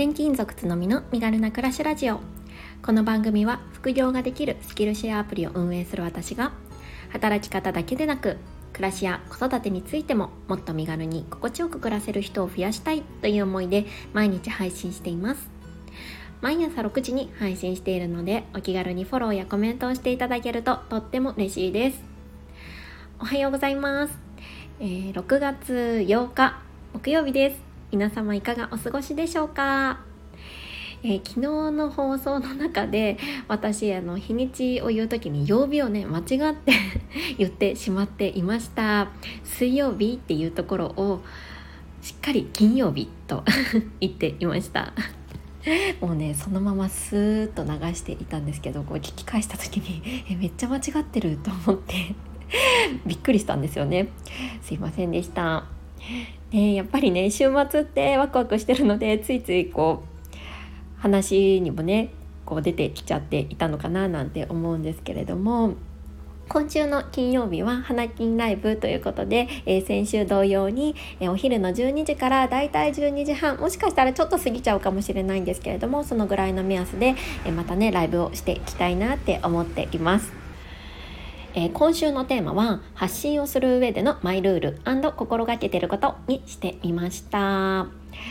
転勤族つのみの身軽な暮らしラジオ。この番組は副業ができるスキルシェアアプリを運営する私が、働き方だけでなく暮らしや子育てについてももっと身軽に心地よく暮らせる人を増やしたいという思いで毎日配信しています。毎朝6時に配信しているので、お気軽にフォローやコメントをしていただけるととっても嬉しいです。おはようございます。6月8日木曜日です。皆様いかがお過ごしでしょうか。昨日の放送の中で私日にちを言うときに曜日を間違って言ってしまっていました。水曜日っていうところをしっかり金曜日と言っていました。もうそのままスーッと流していたんですけど、聞き返した時にめっちゃ間違ってると思ってびっくりしたんですよね。すいませんでした。やっぱり週末ってワクワクしてるので、ついつい話にも出てきちゃっていたのかななんて思うんですけれども、今週の金曜日は花金ライブということで、先週同様に、お昼の12時からだいたい12時半、もしかしたらちょっと過ぎちゃうかもしれないんですけれども、そのぐらいの目安で、またライブをしていきたいなって思っています。今週のテーマは発信をする上でのマイルール&心がけていることにしてみました。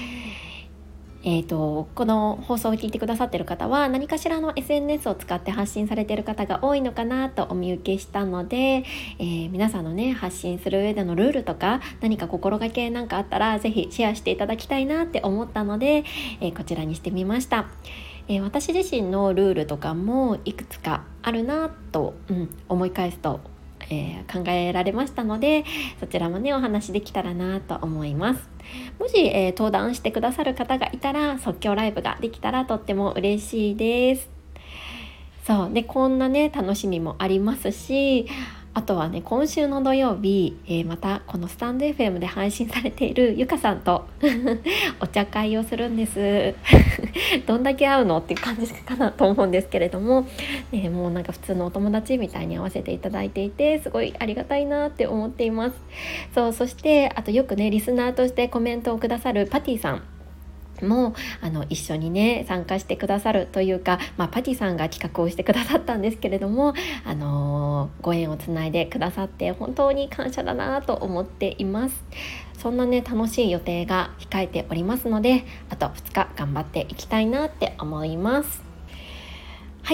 この放送を聞いてくださっている方は何かしらの SNS を使って発信されている方が多いのかなとお見受けしたので、皆さんの発信する上でのルールとか何か心がけなんかあったらぜひシェアしていただきたいなって思ったので、こちらにしてみました。私自身のルールとかもいくつかあるなと、思い返すと、考えられましたので、そちらもお話できたらなと思います。もし、登壇してくださる方がいたら即興ライブができたらとっても嬉しいです。そうで、こんな楽しみもありますし、あとは今週の土曜日、またこのスタンド FM で配信されているゆかさんとお茶会をするんですどんだけ会うのっていう感じかなと思うんですけれども、もう普通のお友達みたいに会わせていただいていて、すごいありがたいなって思っています。そしてあとよくリスナーとしてコメントをくださるパティさんも一緒に参加してくださるというか、パティさんが企画をしてくださったんですけれども、ご縁をつないでくださって本当に感謝だなと思っています。そんな楽しい予定が控えておりますので、あと2日頑張っていきたいなって思います。はい、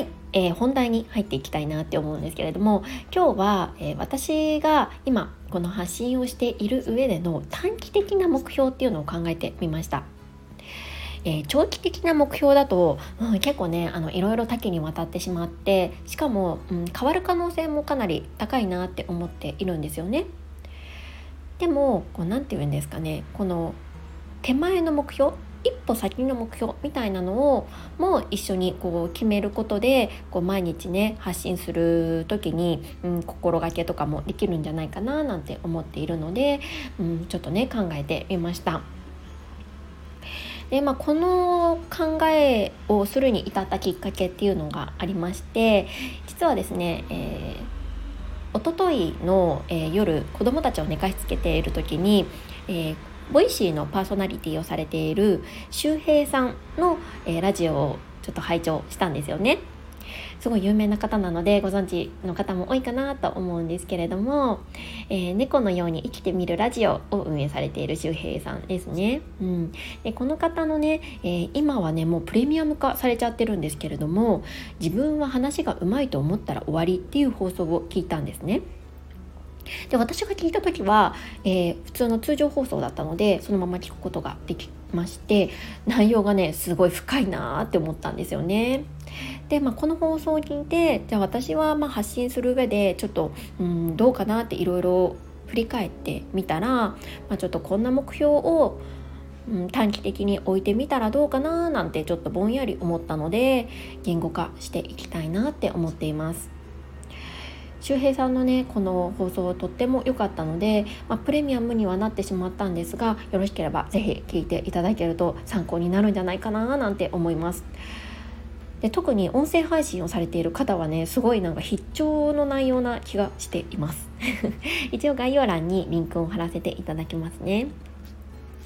本題に入っていきたいなって思うんですけれども、今日は、私が今この発信をしている上での短期的な目標っていうのを考えてみました。長期的な目標だと、結構いろいろ多岐にわたってしまって、しかも、変わる可能性もかなり高いなって思っているんですよね。でもなんて言うんですかね、この手前の目標、一歩先の目標みたいなのをもう一緒に決めることで、毎日発信する時に、心がけとかもできるんじゃないかななんて思っているので、ちょっと考えてみました。でこの考えをするに至ったきっかけっていうのがありまして、実はですね、一昨日の、夜子供たちを寝かしつけている時に、ボイシーのパーソナリティをされている周平さんの、ラジオをちょっと拝聴したんですよね。すごい有名な方なのでご存知の方も多いかなと思うんですけれども、猫のように生きてみるラジオを運営されている周平さんですね。でこの方の今はもうプレミアム化されちゃってるんですけれども、自分は話が上手いと思ったら終わりっていう放送を聞いたんですね。で私が聞いた時は、普通の通常放送だったのでそのまま聞くことができまして、内容がすごい深いなって思ったんですよね。で、この放送を聞いて、じゃあ私は発信する上でちょっとどうかなっていろいろ振り返ってみたら、ちょっとこんな目標を短期的に置いてみたらどうかななんてちょっとぼんやり思ったので、言語化していきたいなって思っています。周平さんのこの放送とっても良かったので、プレミアムにはなってしまったんですが、よろしければぜひ聞いていただけると参考になるんじゃないかななんて思います。で特に音声配信をされている方はすごい必聴の内容な気がしています一応概要欄にリンクを貼らせていただきますね。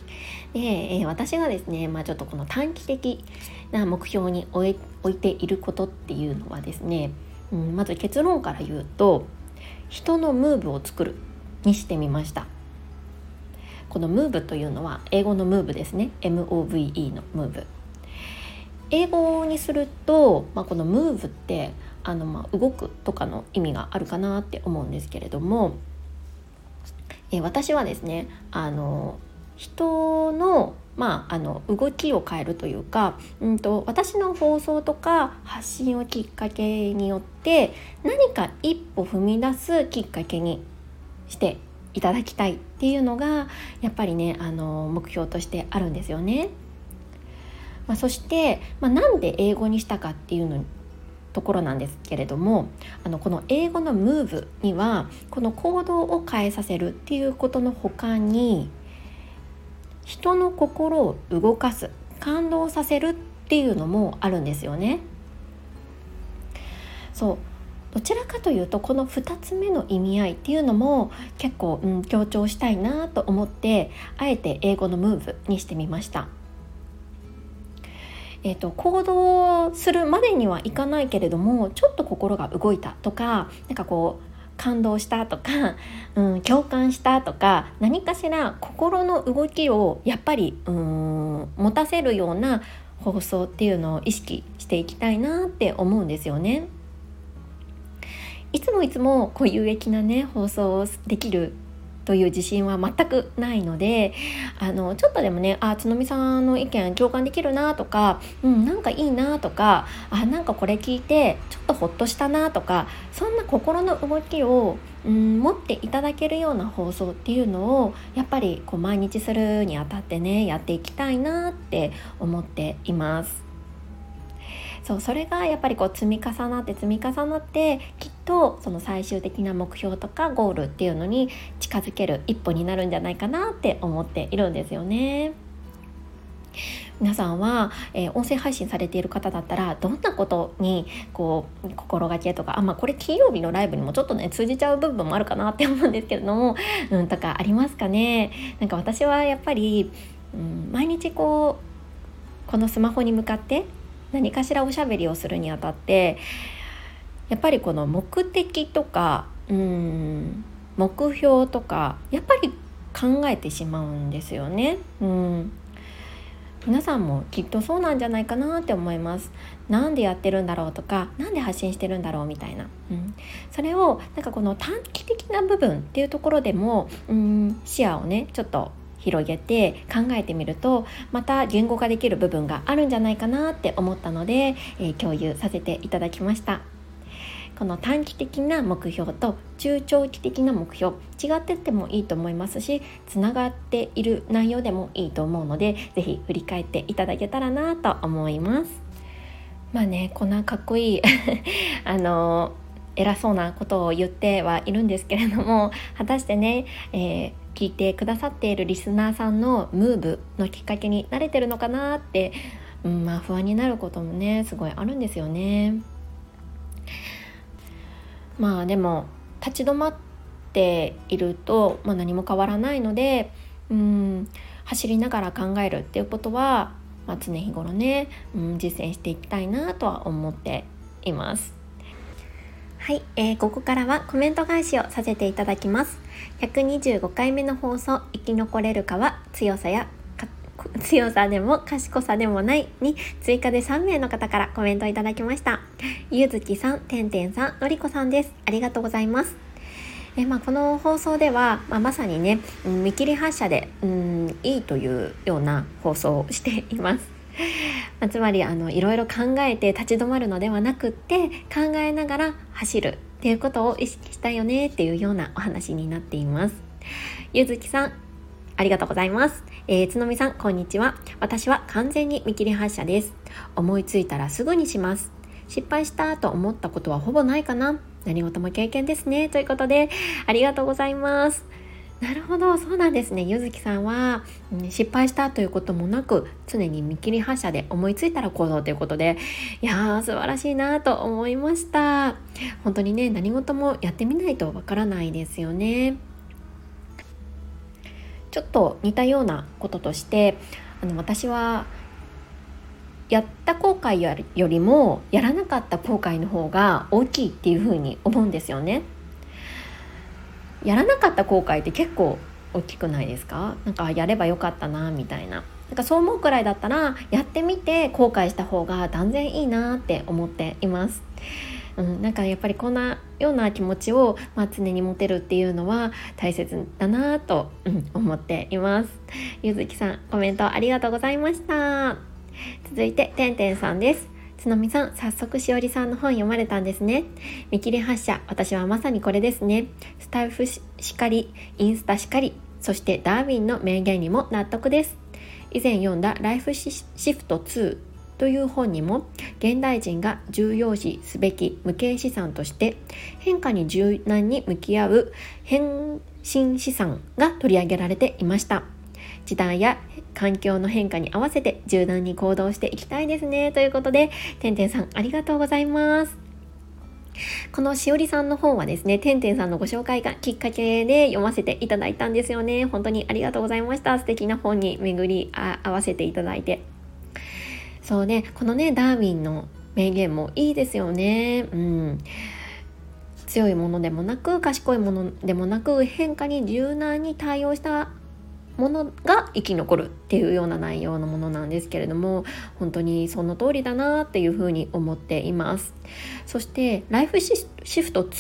で、私がですね、ちょっとこの短期的な目標に置いていることっていうのはですね、まず結論から言うと、人のムーブを作るにしてみました。このムーブというのは英語のムーブですね。 MOVE のムーブ。英語にすると、このムーブって動くとかの意味があるかなって思うんですけれども、私はですね、人の動きを変えるというか、私の放送とか発信をきっかけによって何か一歩踏み出すきっかけにしていただきたいっていうのがやっぱりね、目標としてあるんですよね。そして、なんで英語にしたかっていうところなんですけれども、この英語のムーブにはこの行動を変えさせるっていうことの他に、人の心を動かす、感動させるっていうのもあるんですよね。どちらかというとこの2つ目の意味合いっていうのも結構、強調したいなと思って、あえて英語のムーブにしてみました。行動するまでにはいかないけれども、ちょっと心が動いたとか、感動したとか、共感したとか、何かしら心の動きをやっぱり持たせるような放送っていうのを意識していきたいなって思うんですよね。いつもこう有益なね放送をできるという自信は全くないので、ちょっとでもね、つのみさんの意見共感できるなとか、なんかいいなとか、なんかこれ聞いてちょっとほっとしたなとか、そんな心の動きを持っていただけるような放送っていうのをやっぱり毎日するにあたってね、やっていきたいなって思っています。それがやっぱり積み重なってきっとその最終的な目標とかゴールっていうのに近づける一歩になるんじゃないかなって思っているんですよね。皆さんは、音声配信されている方だったらどんなことに心がけとか、これ金曜日のライブにもちょっとね通じちゃう部分もあるかなって思うんですけれども、とかありますかね。私はやっぱり、毎日このスマホに向かって何かしらおしゃべりをするにあたって、やっぱりこの目的とか目標とかやっぱり考えてしまうんですよね。皆さんもきっとそうなんじゃないかなって思います。なんでやってるんだろうとか、なんで発信してるんだろうみたいな、それをこの短期的な部分っていうところでも視野をねちょっと広げて考えてみると、また言語化できる部分があるんじゃないかなって思ったので、共有させていただきました。この短期的な目標と中長期的な目標、違ってってもいいと思いますし、つながっている内容でもいいと思うので、ぜひ振り返っていただけたらなと思います。こんなかっこいい偉そうなことを言ってはいるんですけれども、果たしてね、聞いてくださっているリスナーさんのムーブのきっかけになれてるのかなって、不安になることもねすごいあるんですよね。でも立ち止まっていると、何も変わらないので、走りながら考えるっていうことは、常日頃ね、実践していきたいなとは思っています。はい、ここからはコメント返しをさせていただきます。125回目の放送、生き残れるかは強さでも賢さでもないに追加で3名の方からコメントいただきました。ゆずきさん、てんてんさん、のりこさんです。ありがとうございます。この放送では、まさにね、見切り発車でいいというような放送をしています。つまりいろいろ考えて立ち止まるのではなくって、考えながら走るっていうことを意識したよねっていうようなお話になっています。ゆずきさん、ありがとうございます。つのみさん、こんにちは。私は完全に見切り発車です。思いついたらすぐにします。失敗したと思ったことはほぼないかな。何事も経験ですね。ということで、ありがとうございます。なるほど、そうなんですね。ゆずきさんは、失敗したということもなく、常に見切り発車で思いついたら行動ということで、いやー素晴らしいなと思いました。本当にね、何事もやってみないとわからないですよね。 ちょっと似たようなこととして、私はやった後悔よりもやらなかった後悔の方が大きいっていうふうに思うんですよね。やらなかった後悔って結構大きくないですか？なんかやればよかったなみたいな、なんかそう思うくらいだったらやってみて後悔した方が断然いいなって思っています。なんかやっぱりこんなような気持ちを、常に持てるっていうのは大切だなと、思っています。ゆずきさん、コメントありがとうございました。続いててんてんさんです。つのみさん、早速しおりさんの本読まれたんですね。見切り発車、私はまさにこれですね。スタイフしかり、インスタしかり、そしてダーウィンの名言にも納得です。以前読んだライフシフト2という本にも、現代人が重要視すべき無形資産として変化に柔軟に向き合う変身資産が取り上げられていました。時代や環境の変化に合わせて柔軟に行動していきたいですね、ということで、てんてんさんありがとうございます。このしおりさんの本はですね、てんてんさんのご紹介がきっかけで読ませていただいたんですよね。本当にありがとうございました。素敵な本に巡り合わせていただいて。そうね、このねダーウィンの名言もいいですよね。強いものでもなく賢いものでもなく、変化に柔軟に対応したものが生き残るっていうような内容のものなんですけれども、本当にその通りだなっていうふうに思っています。そしてライフシフト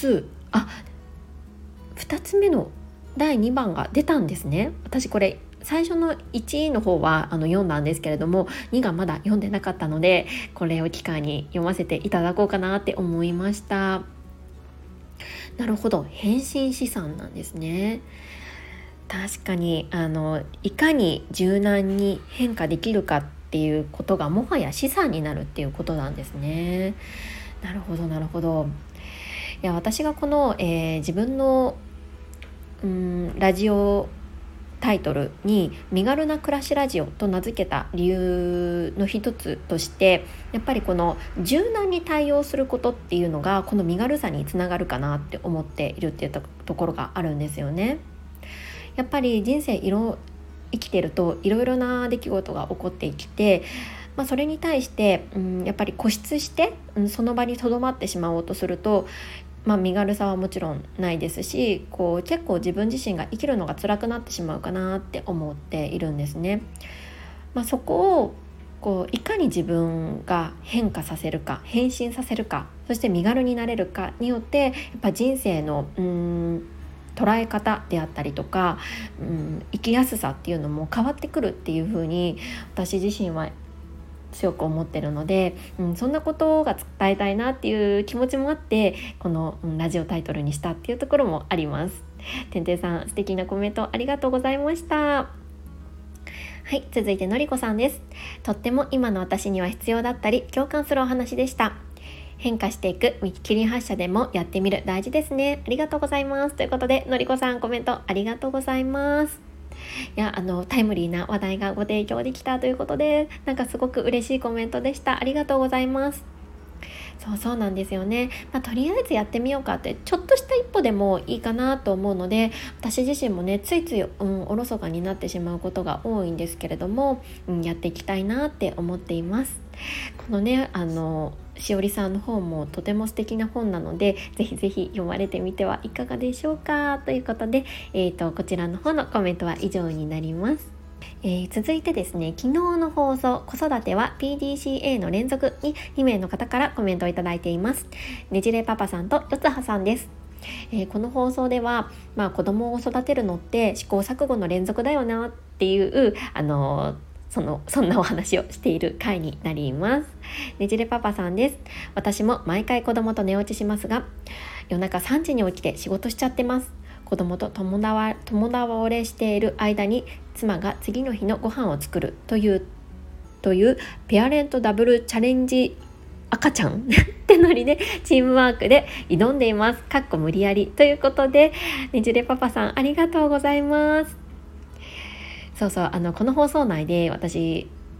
2、2つ目の第2番が出たんですね。私これ最初の1の方は読んだんですけれども、2がまだ読んでなかったので、これを機会に読ませていただこうかなって思いました。なるほど、変身資産なんですね。確かにいかに柔軟に変化できるかっていうことがもはや資産になるっていうことなんですね。なるほどなるほど。いや、私がこの、自分のラジオタイトルに身軽な暮らしラジオと名付けた理由の一つとして、やっぱりこの柔軟に対応することっていうのがこの身軽さにつながるかなって思っているっていうところがあるんですよね。やっぱり人生生きてるといろいろな出来事が起こってきて、それに対して、やっぱり固執して、その場にとどまってしまおうとすると、身軽さはもちろんないですし、結構自分自身が生きるのが辛くなってしまうかなって思っているんですね。そこをいかに自分が変化させるか、変身させるか、そして身軽になれるかによって、やっぱ人生の捉え方であったりとか、生きやすさっていうのも変わってくるっていう風に私自身は強く思ってるので、そんなことが伝えたいなっていう気持ちもあって、この、ラジオタイトルにしたっていうところもあります。てんてんさん、素敵なコメントありがとうございました。はい、続いてのりこさんです。とっても今の私には必要だったり共感するお話でした。変化していく見切り発車でもやってみる、大事ですね。ありがとうございます。ということで、のりこさんコメントありがとうございます。いや、タイムリーな話題がご提供できたということで、なんかすごく嬉しいコメントでした。ありがとうございます。そうなんですよね。とりあえずやってみようかって、ちょっとした一歩でもいいかなと思うので、私自身もね、ついつい、おろそかになってしまうことが多いんですけれども、やっていきたいなって思っています。このね、しおりさんの本もとても素敵な本なので、ぜひぜひ読まれてみてはいかがでしょうか、ということで、こちらの方のコメントは以上になります。続いてですね、昨日の放送子育ては PDCA の連続に2名の方からコメントをいただいています。ねじれパパさんとよつはさんです。この放送では、子供を育てるのって試行錯誤の連続だよなっていうそんなお話をしている回になります。ねじれパパさんです。私も毎回子供と寝落ちしますが、夜中3時に起きて仕事しちゃってます。子供と共倒れしている間に妻が次の日のご飯を作るというペアレントダブルチャレンジ赤ちゃんってノリでチームワークで挑んでいます。かっこ無理やりということで、ねじれパパさんありがとうございます。この放送内で私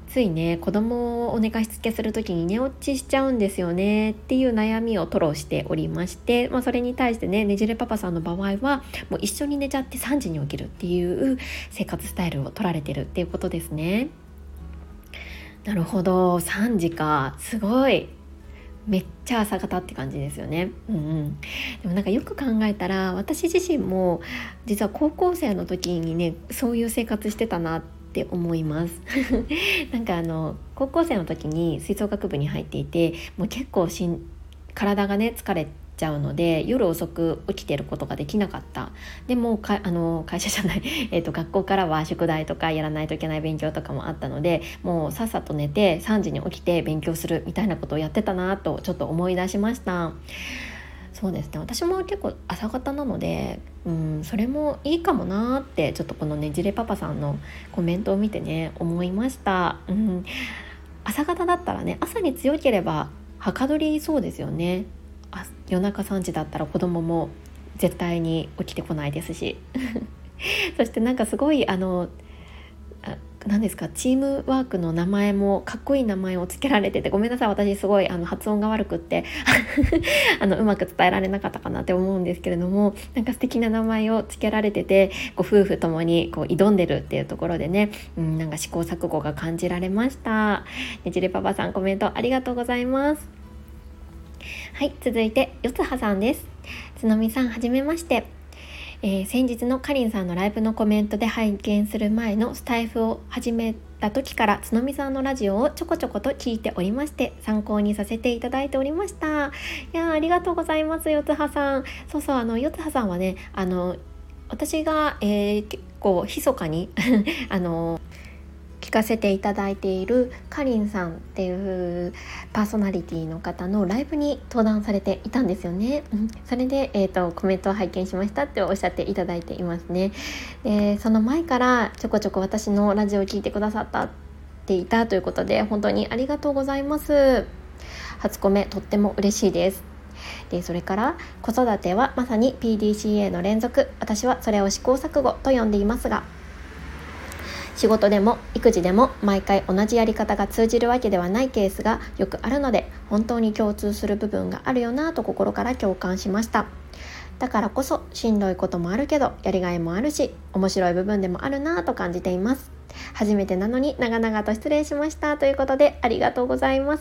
ついね子供をお寝かしつけする時に寝落ちしちゃうんですよねっていう悩みを吐露しておりまして、それに対してねじれパパさんの場合はもう一緒に寝ちゃって3時に起きるっていう生活スタイルを取られてるっていうことですね。なるほど、3時か、すごいめっちゃ朝方って感じですよね。でもなんかよく考えたら私自身も実は高校生の時にねそういう生活してたなって思いますなんか高校生の時に吹奏楽部に入っていて、もう結構体がね疲れちゃうので夜遅く起きてることができなかった。でも会社じゃない学校からは宿題とかやらないといけない勉強とかもあったので、もうさっさと寝て3時に起きて勉強するみたいなことをやってたなとちょっと思い出しました。そうですね、私も結構朝方なので、それもいいかもなってちょっとこのねじれパパさんのコメントを見てね思いました。朝方だったらね、朝に強ければはかどりそうですよね。夜中3時だったら子供も絶対に起きてこないですしそしてなんかすごい何ですか、チームワークの名前もかっこいい名前をつけられてて、ごめんなさい、私すごい発音が悪くってうまく伝えられなかったかなって思うんですけれども、なんか素敵な名前をつけられてて、ご夫婦ともにこう挑んでるっていうところでね、なんか試行錯誤が感じられました。ねじれパパさん、コメントありがとうございます。はい、続いてよつはさんです。つのみさん、はじめまして。先日のかりんさんのライブのコメントで拝見する前のスタイフを始めた時からつのみさんのラジオをちょこちょこと聞いておりまして、参考にさせていただいておりました。いや、ありがとうございます、よつはさん。そうよつはさんはね私が、結構密かに聞かせていただいているかりんさんっていうパーソナリティの方のライブに登壇されていたんですよね。それで、コメントを拝見しましたっておっしゃっていただいていますね。でその前からちょこちょこ私のラジオを聞いてくださっていたということで、本当にありがとうございます。初コメとっても嬉しいです。でそれから子育てはまさに PDCA の連続、私はそれを試行錯誤と呼んでいますが、仕事でも育児でも毎回同じやり方が通じるわけではないケースがよくあるので、本当に共通する部分があるよなと心から共感しました。だからこそしんどいこともあるけどやりがいもあるし、面白い部分でもあるなと感じています。初めてなのに長々と失礼しましたということで、ありがとうございます。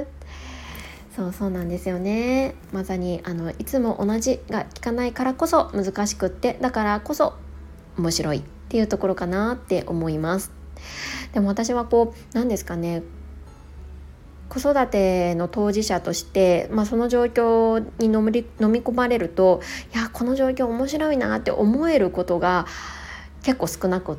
そうなんですよね。まさにいつも同じが聞かないからこそ難しくって、だからこそ面白いっていうところかなって思います。でも私は何ですかね、子育ての当事者として、その状況に飲み込まれると、いやこの状況面白いなって思えることが結構少なくって、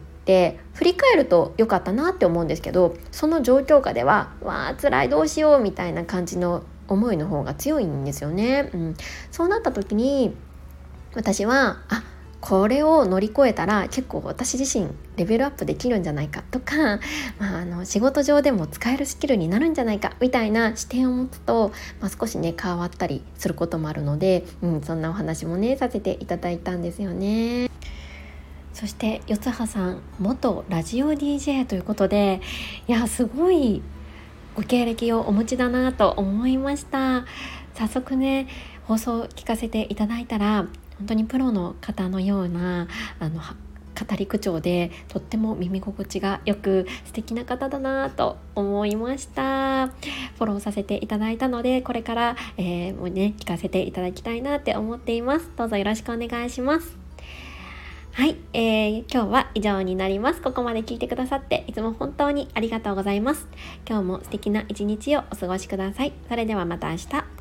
振り返ると良かったなって思うんですけど、その状況下では辛いどうしようみたいな感じの思いの方が強いんですよね。そうなった時に私はこれを乗り越えたら結構私自身レベルアップできるんじゃないかとか、仕事上でも使えるスキルになるんじゃないかみたいな視点を持つと、少しね変わったりすることもあるので、そんなお話もねさせていただいたんですよね。そしてよつはさん、元ラジオ DJ ということで、いやすごいご経歴をお持ちだなと思いました。早速ね放送を聞かせていただいたら、本当にプロの方のような語り口調で、とっても耳心地がよく素敵な方だなと思いました。フォローさせていただいたので、これから、もうね聞かせていただきたいなって思っています。どうぞよろしくお願いします。はい、今日は以上になります。ここまで聞いてくださっていつも本当にありがとうございます。今日も素敵な一日をお過ごしください。それではまた明日。